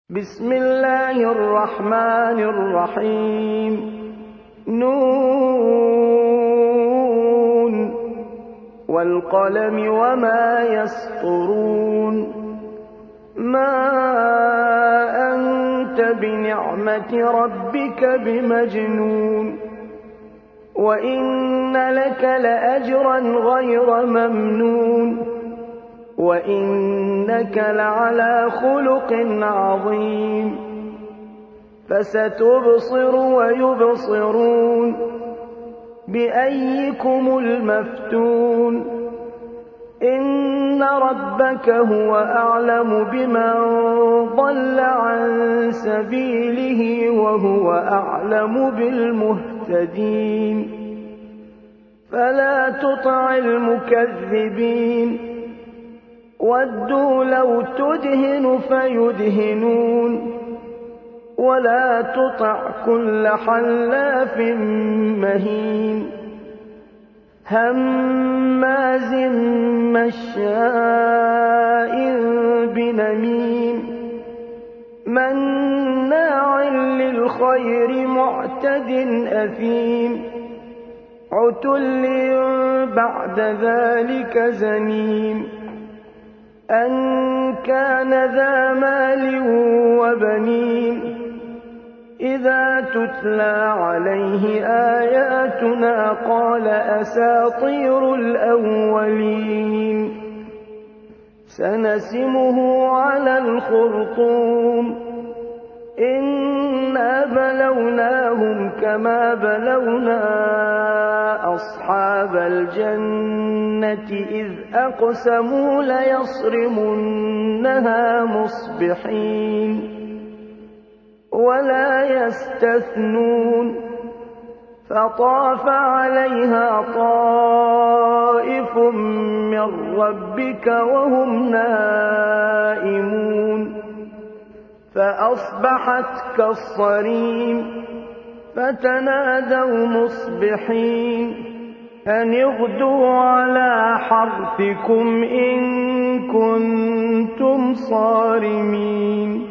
بسم الله الرحمن الرحيم نون والقلم وما يسطرون ما أنت بنعمة ربك بمجنون وإن لك لأجرا غير ممنون وإنك لعلى خلق عظيم فستبصر ويبصرون بأيكم المفتون إن ربك هو أعلم بمن ضل عن سبيله وهو أعلم بالمهتدين فلا تطع المكذبين ودوا لو تدهن فيدهنون ولا تطع كل حلاف مهين هماز مشاء بنميم مناع للخير معتد أثيم عتل بعد ذلك زنيم أن كان ذا مال وبنين إذا تتلى عليه آياتنا قال أساطير الأولين سنسمه على الخرطوم إنا بلوناهم كما بلونا أصحاب الجنة إذ أقسموا ليصرمنها مصبحين ولا يستثنون فطاف عليها طائف من ربك وهم نائمون فأصبحت كالصريم فتنادوا مصبحين أن اغدوا على حرثكم إن كنتم صارمين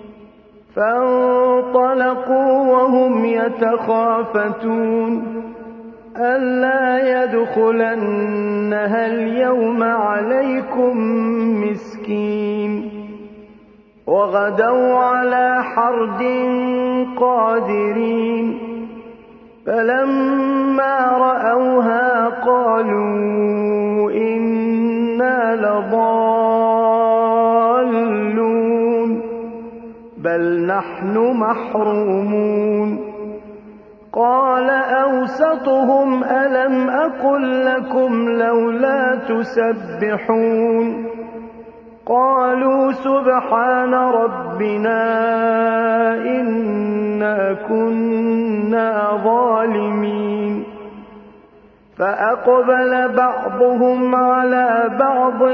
فانطلقوا وهم يتخافتون ألا يدخلنها اليوم عليكم مسكين وغدوا على حرد قادرين فلما رأوها قالوا إنا لضالون بل نحن محرومون قال أوسطهم ألم أقل لكم لولا تسبحون قالوا سبحان ربنا إنا كنا ظالمين فأقبل بعضهم على بعض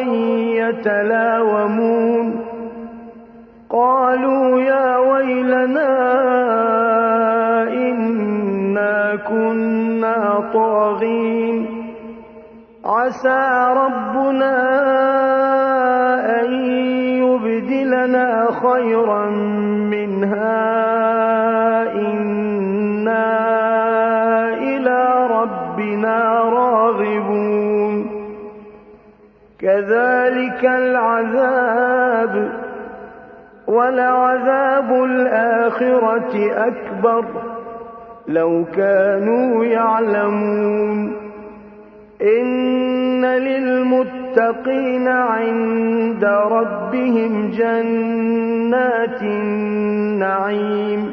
يتلاومون قالوا يا ويلنا إنا كنا طاغين عسى ربنا أن يبدلنا خيرا منها إنا إلى ربنا راغبون كذلك العذاب ولعذاب الآخرة أكبر لو كانوا يعلمون إن للمتقين عند ربهم جنات النعيم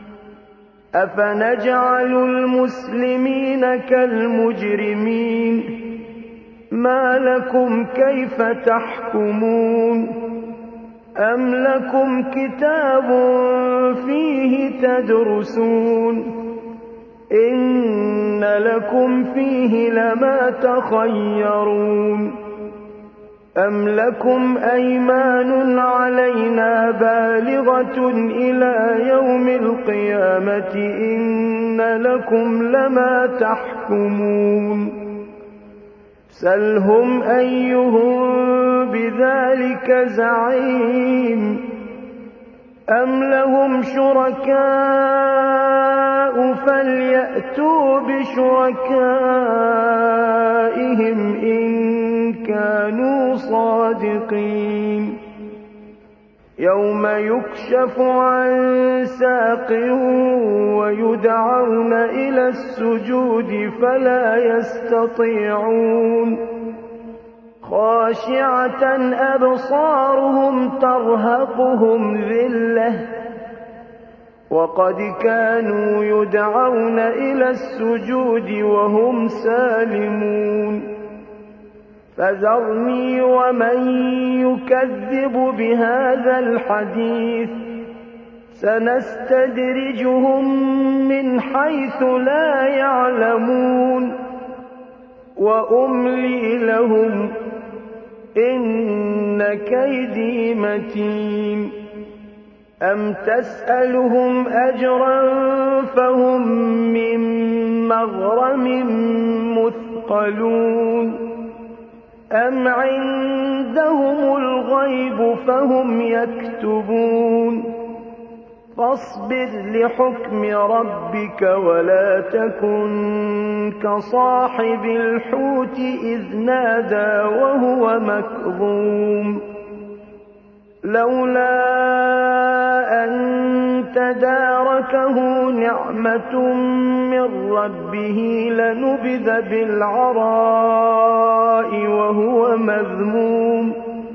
أفنجعل المسلمين كالمجرمين ما لكم كيف تحكمون أم لكم كتاب فيه تدرسون إن لكم فيه لما تخيرون أم لكم أيمان علينا بالغة إلى يوم القيامة إن لكم لما تحكمون سلهم أيهم بذلك زعيم أَمْ لَهُمْ شُرَكَاءُ فَلْيَأْتُوا بِشُرَكَائِهِمْ إِن كَانُوا صَادِقِينَ يَوْمَ يُكْشَفُ عَن سَاقٍ وَيُدْعَوْنَ إِلَى السُّجُودِ فَلَا يَسْتَطِيعُونَ خَاشِعَةً أَبْصَارُهُمْ تَرْهَقُهُمْ ذِلَّةٌ وَقَدْ كَانُوا يُدْعَوْنَ إِلَى السُّجُودِ وَهُمْ سَالِمُونَ فَذَرْنِي وَمَن يُكَذِّبُ بِهَٰذَا الْحَدِيثِ سَنَسْتَدْرِجُهُم مِّنْ حَيْثُ لَا يَعْلَمُونَ وَأُمْلِي لَهُمْ إِنَّ كَيْدِي مَتِينٌ أَمْ تَسْأَلُهُمْ أَجْرًا فَهُم مِّن مَّغْرَمٍ مُّثْقَلُونَ أَمْ عِندَهُمُ الْغَيْبُ فَهُمْ يَكْتُبُونَ فَاصْبِرْ لِحُكْمِ رَبِّكَ وَلَا تَكُن كَصَاحِبِ الْحُوتِ إِذْ نَادَىٰ وَهُوَ مَكْظُومٌ لَّوْلَا أَن تَدَارَكَهُ نِعْمَةٌ مِّن رَّبِّهِ لَنُبِذَ بِالْعَرَاءِ وَهُوَ مَذْمُومٌ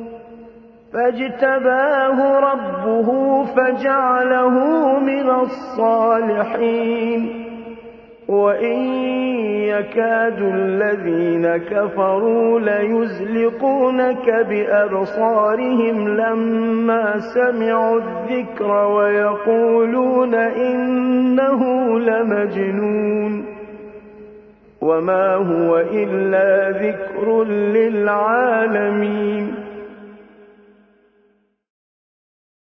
فَاجْتَبَاهُ رَبُّهُ فَجَعَلَهُ مِنَ الصَّالِحِينَ وَإِن يَكَادُ الَّذِينَ كَفَرُوا لَيُزْلِقُونَكَ بِأَبْصَارِهِمْ لَمَّا سَمِعُوا الذِّكْرَ وَيَقُولُونَ إِنَّهُ لَمَجْنُونٌ وَمَا هُوَ إِلَّا ذِكْرٌ لِّلْعَالَمِينَ